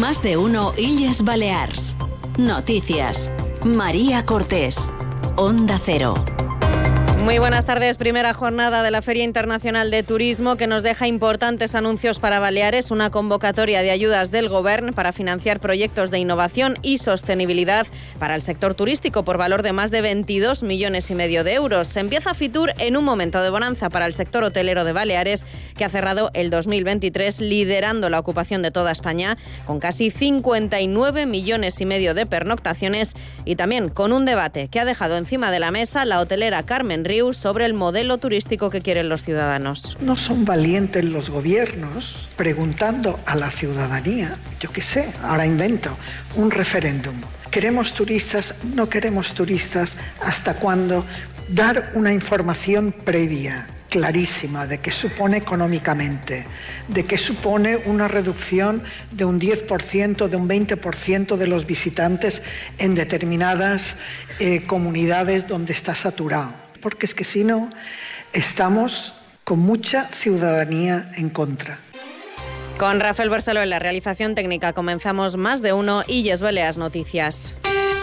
Más de uno Illes Balears. Noticias. María Cortés. Onda Cero. Muy buenas tardes. Primera jornada de la Feria Internacional de Turismo que nos deja importantes anuncios para Baleares, una convocatoria de ayudas del Govern para financiar proyectos de innovación y sostenibilidad para el sector turístico por valor de más de 22,5 millones de euros. Empieza Fitur en un momento de bonanza para el sector hotelero de Baleares, que ha cerrado el 2023 liderando la ocupación de toda España con casi 59,5 millones de pernoctaciones y también con un debate que ha dejado encima de la mesa la hotelera Carmen Riu sobre el modelo turístico que quieren los ciudadanos. No son valientes los gobiernos preguntando a la ciudadanía, yo qué sé, ahora invento, un referéndum. ¿Queremos turistas? ¿No queremos turistas? ¿Hasta cuándo? Dar una información previa, clarísima, de qué supone económicamente, de qué supone una reducción de un 10%, de un 20% de los visitantes en determinadas comunidades donde está saturado. Porque es que si no, estamos con mucha ciudadanía en contra. Con Rafael Barceló en la realización técnica comenzamos Más de uno Illes Balears Noticias.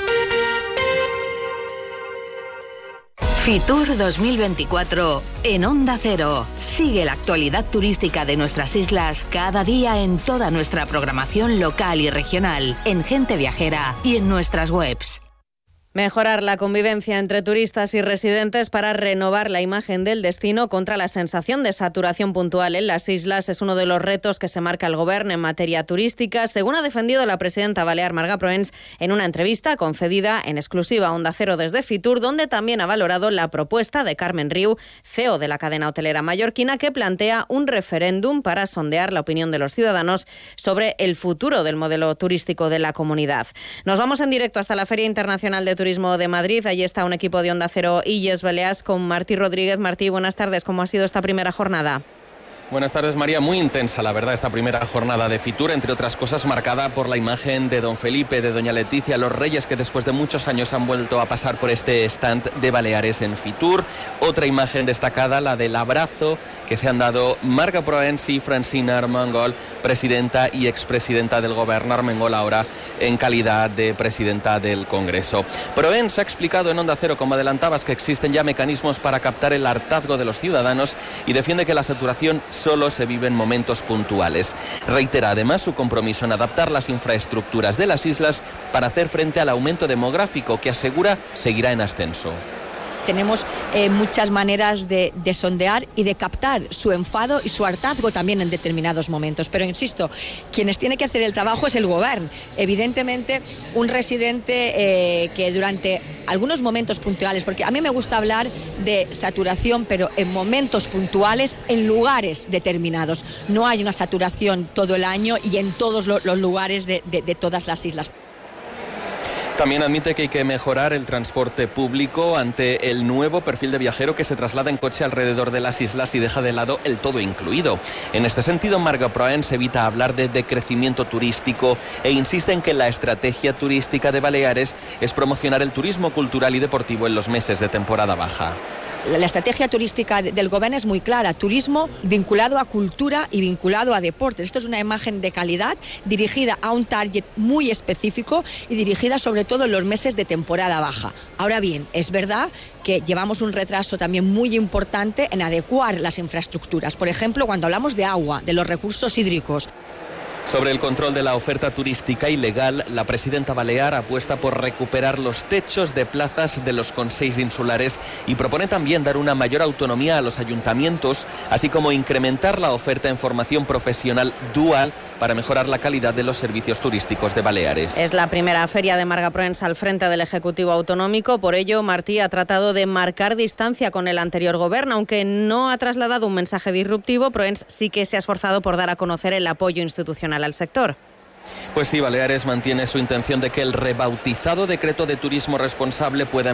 Fitur 2024 en Onda Cero. Sigue la actualidad turística de nuestras islas cada día en toda nuestra programación local y regional, en Gente Viajera y en nuestras webs. Mejorar la convivencia entre turistas y residentes para renovar la imagen del destino contra la sensación de saturación puntual en las islas es uno de los retos que se marca el Govern en materia turística, según ha defendido la presidenta balear Marga Proens en una entrevista concedida en exclusiva a Onda Cero desde Fitur, donde también ha valorado la propuesta de Carmen Riu, CEO de la cadena hotelera mallorquina, que plantea un referéndum para sondear la opinión de los ciudadanos sobre el futuro del modelo turístico de la comunidad. Nos vamos en directo hasta la Feria Internacional de Turismo de Madrid. Allí está un equipo de Onda Cero Illes Balears con Martí Rodríguez. Martí, buenas tardes. ¿Cómo ha sido esta primera jornada? Buenas tardes, María. Muy intensa, la verdad, esta primera jornada de Fitur, entre otras cosas marcada por la imagen de don Felipe, de doña Leticia, los reyes que después de muchos años han vuelto a pasar por este stand de Baleares en Fitur. Otra imagen destacada, la del abrazo que se han dado Marga Proens y Francina Armengol, presidenta y expresidenta del Govern, Armengol ahora en calidad de presidenta del Congreso. Proens ha explicado en Onda Cero, como adelantabas, que existen ya mecanismos para captar el hartazgo de los ciudadanos y defiende que la saturación solo se vive en momentos puntuales. Reitera además su compromiso en adaptar las infraestructuras de las islas para hacer frente al aumento demográfico que asegura seguirá en ascenso. Tenemos muchas maneras de sondear y de captar su enfado y su hartazgo también en determinados momentos. Pero insisto, quienes tienen que hacer el trabajo es el Govern. Evidentemente, un residente que durante algunos momentos puntuales, porque a mí me gusta hablar de saturación, pero en momentos puntuales, en lugares determinados. No hay una saturación todo el año y en todos los lugares de todas las islas. También admite que hay que mejorar el transporte público ante el nuevo perfil de viajero que se traslada en coche alrededor de las islas y deja de lado el todo incluido. En este sentido, Marga Proens evita hablar de decrecimiento turístico e insiste en que la estrategia turística de Baleares es promocionar el turismo cultural y deportivo en los meses de temporada baja. La estrategia turística del Govern es muy clara, turismo vinculado a cultura y vinculado a deportes. Esto es una imagen de calidad dirigida a un target muy específico y dirigida sobre todo en los meses de temporada baja. Ahora bien, es verdad que llevamos un retraso también muy importante en adecuar las infraestructuras. Por ejemplo, cuando hablamos de agua, de los recursos hídricos. Sobre el control de la oferta turística ilegal, la presidenta balear apuesta por recuperar los techos de plazas de los consells insulares y propone también dar una mayor autonomía a los ayuntamientos, así como incrementar la oferta en formación profesional dual para mejorar la calidad de los servicios turísticos de Baleares. Es la primera feria de Marga Proens al frente del Ejecutivo Autonómico. Por ello, Martí ha tratado de marcar distancia con el anterior Gobierno. Aunque no ha trasladado un mensaje disruptivo, Proens sí que se ha esforzado por dar a conocer el apoyo institucional al sector. Pues sí, Baleares mantiene su intención de que el rebautizado decreto de turismo responsable pueda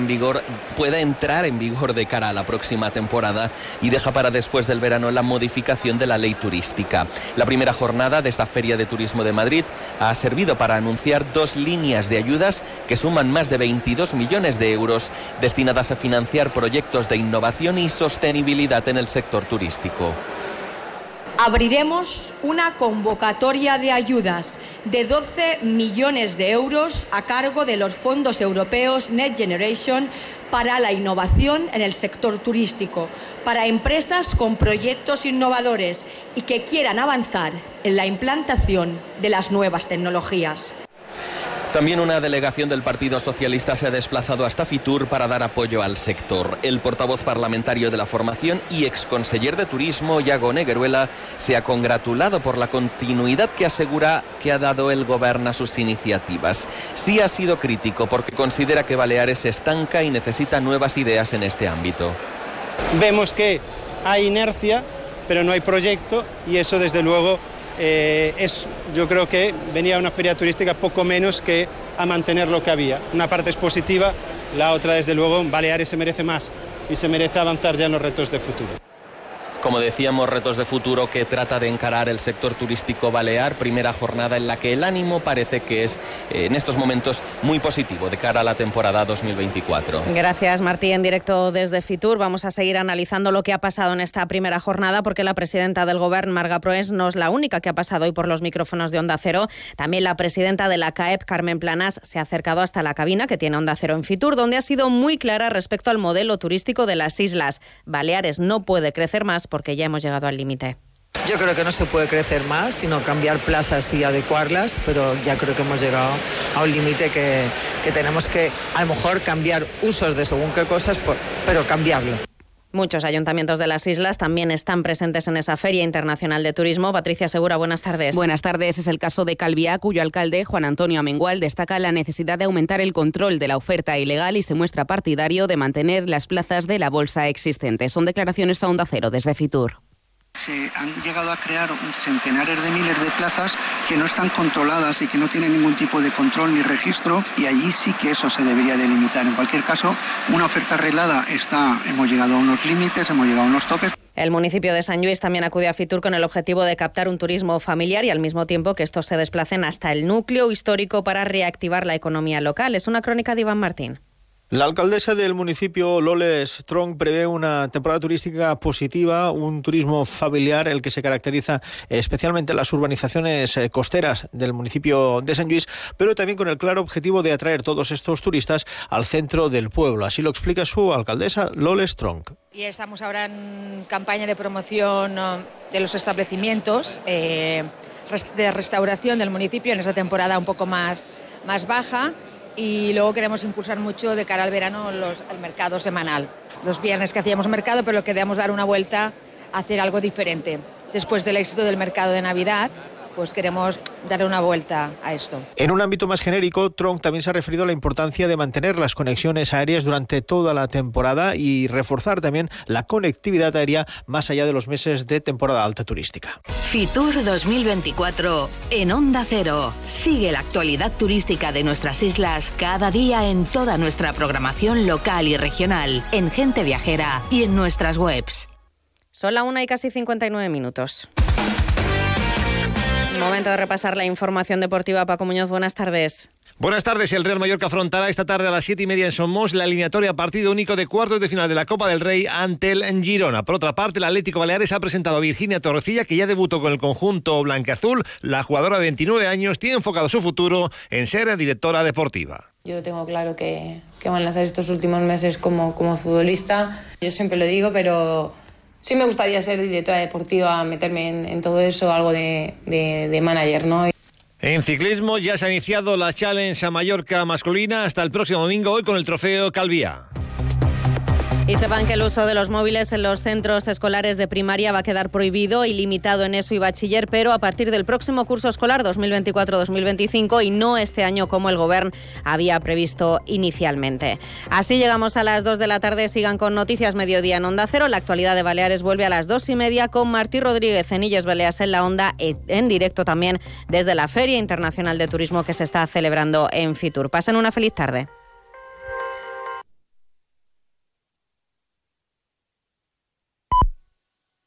entrar en vigor de cara a la próxima temporada y deja para después del verano la modificación de la ley turística. La primera jornada de esta Feria de Turismo de Madrid ha servido para anunciar 2 líneas de ayudas que suman más de 22 millones de euros destinadas a financiar proyectos de innovación y sostenibilidad en el sector turístico. abriremos una convocatoria de ayudas de 12 millones de euros a cargo de los fondos europeos Next Generation para la innovación en el sector turístico, para empresas con proyectos innovadores y que quieran avanzar en la implantación de las nuevas tecnologías. También una delegación del Partido Socialista se ha desplazado hasta Fitur para dar apoyo al sector. El portavoz parlamentario de la formación y exconseller de Turismo, Iago Negueruela, se ha congratulado por la continuidad que asegura que ha dado el Gobierno a sus iniciativas. Sí ha sido crítico porque considera que Baleares se estanca y necesita nuevas ideas en este ámbito. Vemos que hay inercia, pero no hay proyecto y eso desde luego yo creo que venía una feria turística poco menos que a mantener lo que había. Una parte es positiva, la otra desde luego Baleares se merece más y se merece avanzar ya en los retos de futuro. Como decíamos, retos de futuro que trata de encarar el sector turístico balear, primera jornada en la que el ánimo parece que es en estos momentos muy positivo de cara a la temporada 2024. Gracias, Martí. En directo desde Fitur vamos a seguir analizando lo que ha pasado en esta primera jornada porque la presidenta del Gobierno, Marga Proens, no es la única que ha pasado hoy por los micrófonos de Onda Cero. También la presidenta de la CAEP, Carmen Planas, se ha acercado hasta la cabina que tiene Onda Cero en Fitur, donde ha sido muy clara respecto al modelo turístico de las islas. Baleares no puede crecer más porque ya hemos llegado al límite. Yo creo que no se puede crecer más, sino cambiar plazas y adecuarlas, pero ya creo que hemos llegado a un límite que tenemos que, a lo mejor, cambiar usos de según qué cosas, pero cambiarlo. Muchos ayuntamientos de las islas también están presentes en esa Feria Internacional de Turismo. Patricia Segura, buenas tardes. Buenas tardes. Es el caso de Calviá, cuyo alcalde, Juan Antonio Amengual, destaca la necesidad de aumentar el control de la oferta ilegal y se muestra partidario de mantener las plazas de la bolsa existentes. Son declaraciones a Onda Cero desde Fitur. Se han llegado a crear un centenares de miles de plazas que no están controladas y que no tienen ningún tipo de control ni registro, y allí sí que eso se debería delimitar. En cualquier caso, una oferta arreglada hemos llegado a unos límites, hemos llegado a unos topes. El municipio de Sant Lluís también acude a Fitur con el objetivo de captar un turismo familiar y al mismo tiempo que estos se desplacen hasta el núcleo histórico para reactivar la economía local. Es una crónica de Iván Martín. La alcaldesa del municipio, Loles Strong, prevé una temporada turística positiva, un turismo familiar, el que se caracteriza especialmente en las urbanizaciones costeras del municipio de Sant Lluís, pero también con el claro objetivo de atraer todos estos turistas al centro del pueblo. Así lo explica su alcaldesa, Loles Strong. Y estamos ahora en campaña de promoción de los establecimientos de restauración del municipio en esa temporada un poco más baja. Y luego queremos impulsar mucho de cara al verano el mercado semanal. Los viernes que hacíamos mercado, pero queríamos dar una vuelta a hacer algo diferente. Después del éxito del mercado de Navidad, pues queremos darle una vuelta a esto. En un ámbito más genérico, Trump también se ha referido a la importancia de mantener las conexiones aéreas durante toda la temporada y reforzar también la conectividad aérea más allá de los meses de temporada alta turística. Fitur 2024 en Onda Cero. Sigue la actualidad turística de nuestras islas cada día en toda nuestra programación local y regional, en Gente Viajera y en nuestras webs. Son la 1:59. Momento de repasar la información deportiva. Paco Muñoz, buenas tardes. Buenas tardes. El Real Mallorca afrontará esta tarde a las 7:30 en Somos la eliminatoria partido único de cuartos de final de la Copa del Rey ante el Girona. Por otra parte, el Atlético Baleares ha presentado a Virginia Torrecilla, que ya debutó con el conjunto blanquiazul. La jugadora de 29 años tiene enfocado su futuro en ser directora deportiva. Yo tengo claro que van a ser estos últimos meses como futbolista. Yo siempre lo digo, pero sí me gustaría ser directora deportiva, meterme en todo eso, algo de manager, ¿no? En ciclismo ya se ha iniciado la Challenge a Mallorca masculina hasta el próximo domingo, hoy con el trofeo Calviá. Y sepan que el uso de los móviles en los centros escolares de primaria va a quedar prohibido y limitado en ESO y bachiller, pero a partir del próximo curso escolar 2024-2025 y no este año como el Gobierno había previsto inicialmente. Así llegamos a las 2 de la tarde. Sigan con Noticias Mediodía en Onda Cero. La actualidad de Baleares vuelve a las 2:30 con Martí Rodríguez en Illes Baleas en la Onda, en directo también desde la Feria Internacional de Turismo que se está celebrando en Fitur. Pasen una feliz tarde.